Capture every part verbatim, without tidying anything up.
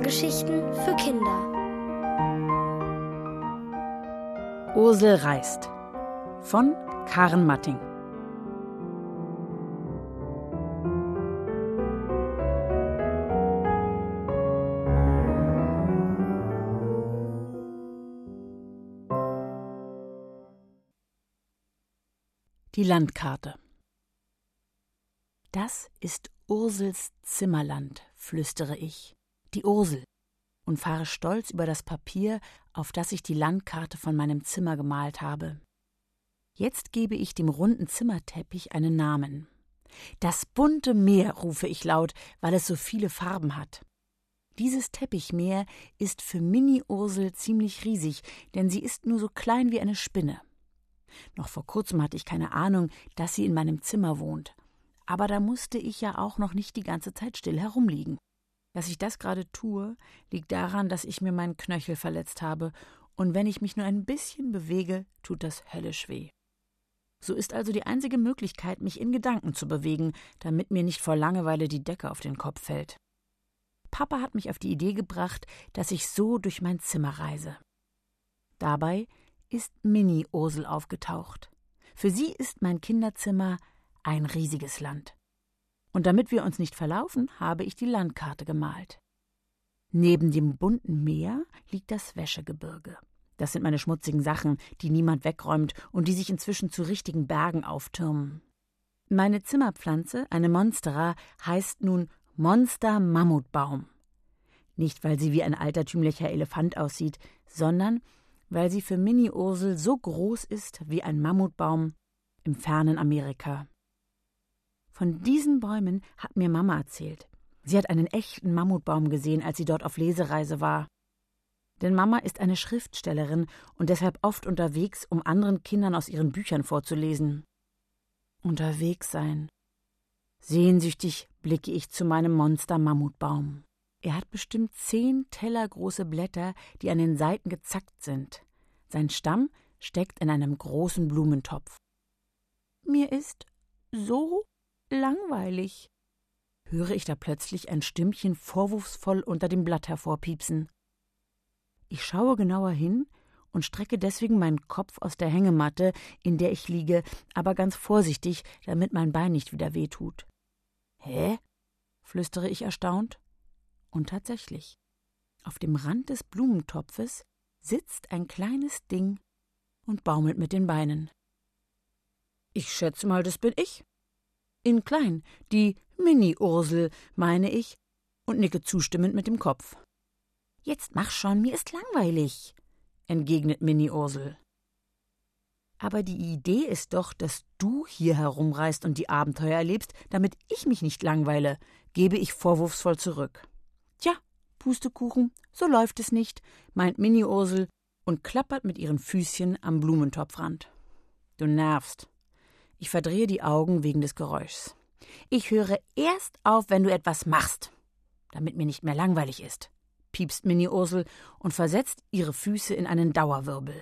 Hörgeschichten für Kinder. Ursel reist von Karen Matting. Die Landkarte. Das ist Ursels Zimmerland, flüstere ich, die Ursel, und fahre stolz über das Papier, auf das ich die Landkarte von meinem Zimmer gemalt habe. Jetzt gebe ich dem runden Zimmerteppich einen Namen. Das bunte Meer, rufe ich laut, weil es so viele Farben hat. Dieses Teppichmeer ist für Mini-Ursel ziemlich riesig, denn sie ist nur so klein wie eine Spinne. Noch vor kurzem hatte ich keine Ahnung, dass sie in meinem Zimmer wohnt. Aber da musste ich ja auch noch nicht die ganze Zeit still herumliegen. Dass ich das gerade tue, liegt daran, dass ich mir meinen Knöchel verletzt habe, und wenn ich mich nur ein bisschen bewege, tut das höllisch weh. So ist also die einzige Möglichkeit, mich in Gedanken zu bewegen, damit mir nicht vor Langeweile die Decke auf den Kopf fällt. Papa hat mich auf die Idee gebracht, dass ich so durch mein Zimmer reise. Dabei ist Mini-Ursel aufgetaucht. Für sie ist mein Kinderzimmer ein riesiges Land. Und damit wir uns nicht verlaufen, habe ich die Landkarte gemalt. Neben dem bunten Meer liegt das Wäschegebirge. Das sind meine schmutzigen Sachen, die niemand wegräumt und die sich inzwischen zu richtigen Bergen auftürmen. Meine Zimmerpflanze, eine Monstera, heißt nun Monster-Mammutbaum. Nicht, weil sie wie ein altertümlicher Elefant aussieht, sondern weil sie für Mini-Ursel so groß ist wie ein Mammutbaum im fernen Amerika. Von diesen Bäumen hat mir Mama erzählt. Sie hat einen echten Mammutbaum gesehen, als sie dort auf Lesereise war. Denn Mama ist eine Schriftstellerin und deshalb oft unterwegs, um anderen Kindern aus ihren Büchern vorzulesen. Unterwegs sein. Sehnsüchtig blicke ich zu meinem Monster-Mammutbaum. Er hat bestimmt zehn tellergroße Blätter, die an den Seiten gezackt sind. Sein Stamm steckt in einem großen Blumentopf. Mir ist so langweilig, höre ich da plötzlich ein Stimmchen vorwurfsvoll unter dem Blatt hervorpiepsen. Ich schaue genauer hin und strecke deswegen meinen Kopf aus der Hängematte, in der ich liege, aber ganz vorsichtig, damit mein Bein nicht wieder wehtut. »Hä?« flüstere ich erstaunt. Und tatsächlich, auf dem Rand des Blumentopfes sitzt ein kleines Ding und baumelt mit den Beinen. Ich schätze mal, das bin ich. In klein, die Mini-Ursel, meine ich, und nicke zustimmend mit dem Kopf. »Jetzt mach schon, mir ist langweilig«, entgegnet Mini-Ursel. »Aber die Idee ist doch, dass du hier herumreist und die Abenteuer erlebst, damit ich mich nicht langweile«, gebe ich vorwurfsvoll zurück. »Tja, Pustekuchen, so läuft es nicht«, meint Mini-Ursel und klappert mit ihren Füßchen am Blumentopfrand. »Du nervst.« Ich verdrehe die Augen wegen des Geräuschs. »Ich höre erst auf, wenn du etwas machst, damit mir nicht mehr langweilig ist«, piepst Mini-Ursel und versetzt ihre Füße in einen Dauerwirbel.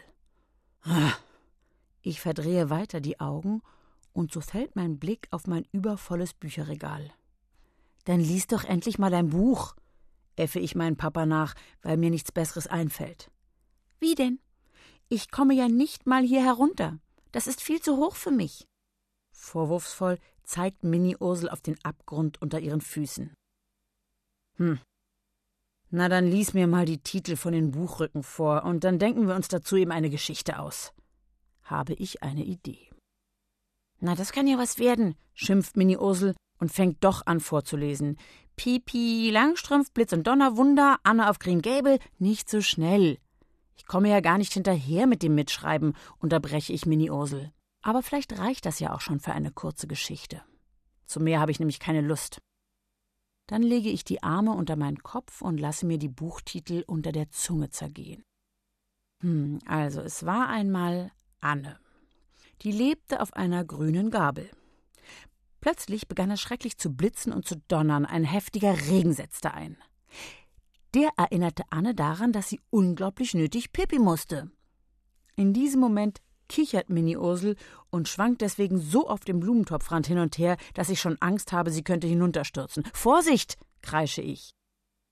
Ich verdrehe weiter die Augen und so fällt mein Blick auf mein übervolles Bücherregal. »Dann lies doch endlich mal dein Buch«, äffe ich meinen Papa nach, weil mir nichts Besseres einfällt. »Wie denn? Ich komme ja nicht mal hier herunter. Das ist viel zu hoch für mich.« Vorwurfsvoll zeigt Mini-Ursel auf den Abgrund unter ihren Füßen. Hm. Na, dann lies mir mal die Titel von den Buchrücken vor und dann denken wir uns dazu eben eine Geschichte aus. Habe ich eine Idee. »Na, das kann ja was werden«, schimpft Mini-Ursel und fängt doch an vorzulesen. »Pipi, Langstrumpf, Blitz und Donnerwunder, Anne auf Green Gable, nicht so schnell. Ich komme ja gar nicht hinterher mit dem Mitschreiben«, unterbreche ich Mini-Ursel. Aber vielleicht reicht das ja auch schon für eine kurze Geschichte. Zu mehr habe ich nämlich keine Lust. Dann lege ich die Arme unter meinen Kopf und lasse mir die Buchtitel unter der Zunge zergehen. Hm, also es war einmal Anne. Die lebte auf einer grünen Gabel. Plötzlich begann es schrecklich zu blitzen und zu donnern, ein heftiger Regen setzte ein. Der erinnerte Anne daran, dass sie unglaublich nötig Pipi musste. In diesem Moment kichert Mini-Ursel und schwankt deswegen so auf dem Blumentopfrand hin und her, dass ich schon Angst habe, sie könnte hinunterstürzen. »Vorsicht!« kreische ich.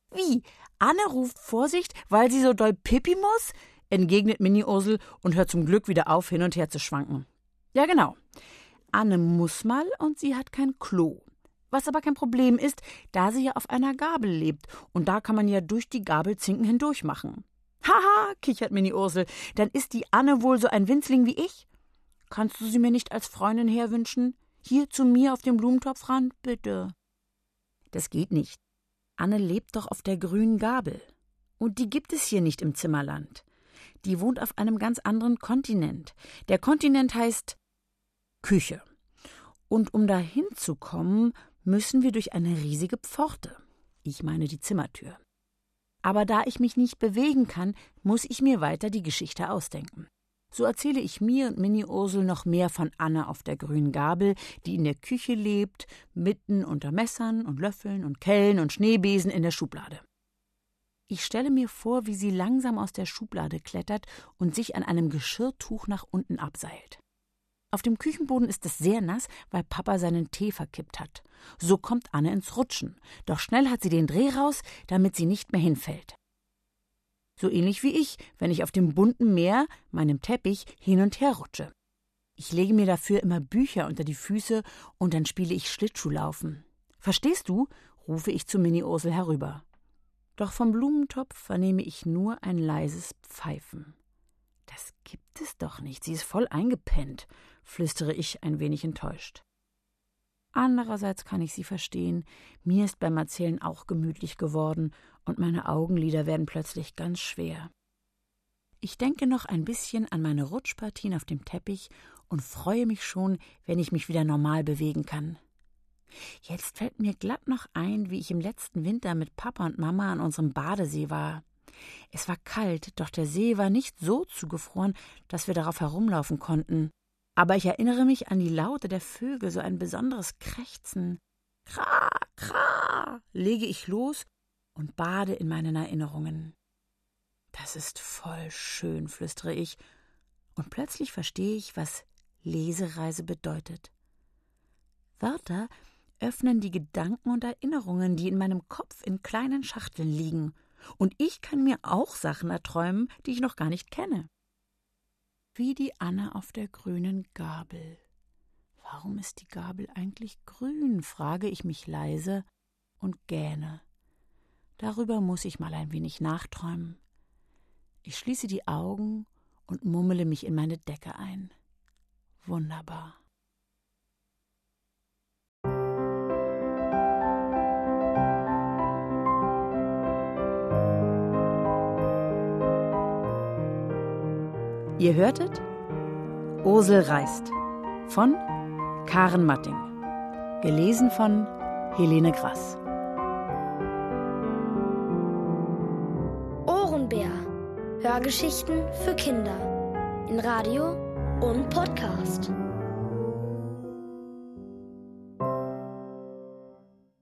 Wie? Anne ruft Vorsicht, weil sie so doll Pipi muss? Entgegnet Mini-Ursel und hört zum Glück wieder auf, hin und her zu schwanken. Ja, genau. Anne muss mal und sie hat kein Klo. Was aber kein Problem ist, da sie ja auf einer Gabel lebt und da kann man ja durch die Gabelzinken hindurch machen. Haha, kichert Mini-Ursel, dann ist die Anne wohl so ein Winzling wie ich? Kannst du sie mir nicht als Freundin herwünschen? Hier zu mir auf dem Blumentopfrand, bitte. Das geht nicht. Anne lebt doch auf der grünen Gabel. Und die gibt es hier nicht im Zimmerland. Die wohnt auf einem ganz anderen Kontinent. Der Kontinent heißt Küche. Und um da hinzukommen, müssen wir durch eine riesige Pforte. Ich meine die Zimmertür. Aber da ich mich nicht bewegen kann, muss ich mir weiter die Geschichte ausdenken. So erzähle ich mir und Mini-Ursel noch mehr von Anne auf der grünen Gabel, die in der Küche lebt, mitten unter Messern und Löffeln und Kellen und Schneebesen in der Schublade. Ich stelle mir vor, wie sie langsam aus der Schublade klettert und sich an einem Geschirrtuch nach unten abseilt. Auf dem Küchenboden ist es sehr nass, weil Papa seinen Tee verkippt hat. So kommt Anne ins Rutschen. Doch schnell hat sie den Dreh raus, damit sie nicht mehr hinfällt. So ähnlich wie ich, wenn ich auf dem bunten Meer, meinem Teppich, hin und her rutsche. Ich lege mir dafür immer Bücher unter die Füße und dann spiele ich Schlittschuhlaufen. Verstehst du? Rufe ich zu Mini-Ursel herüber. Doch vom Blumentopf vernehme ich nur ein leises Pfeifen. Das gibt es doch nicht, sie ist voll eingepennt, flüstere ich ein wenig enttäuscht. Andererseits kann ich sie verstehen, mir ist beim Erzählen auch gemütlich geworden und meine Augenlider werden plötzlich ganz schwer. Ich denke noch ein bisschen an meine Rutschpartien auf dem Teppich und freue mich schon, wenn ich mich wieder normal bewegen kann. Jetzt fällt mir glatt noch ein, wie ich im letzten Winter mit Papa und Mama an unserem Badesee war. Es war kalt, doch der See war nicht so zugefroren, dass wir darauf herumlaufen konnten. Aber ich erinnere mich an die Laute der Vögel, so ein besonderes Krächzen. Kra, kra, lege ich los und bade in meinen Erinnerungen. Das ist voll schön, flüstere ich, und plötzlich verstehe ich, was Lesereise bedeutet. Wörter öffnen die Gedanken und Erinnerungen, die in meinem Kopf in kleinen Schachteln liegen. Und ich kann mir auch Sachen erträumen, die ich noch gar nicht kenne. Wie die Anne auf der grünen Gabel. Warum ist die Gabel eigentlich grün, frage ich mich leise und gähne. Darüber muss ich mal ein wenig nachträumen. Ich schließe die Augen und murmele mich in meine Decke ein. Wunderbar. Ihr hörtet Ursel reist von Karen Matting, gelesen von Helene Grass. Ohrenbär. Hörgeschichten für Kinder in Radio und Podcast.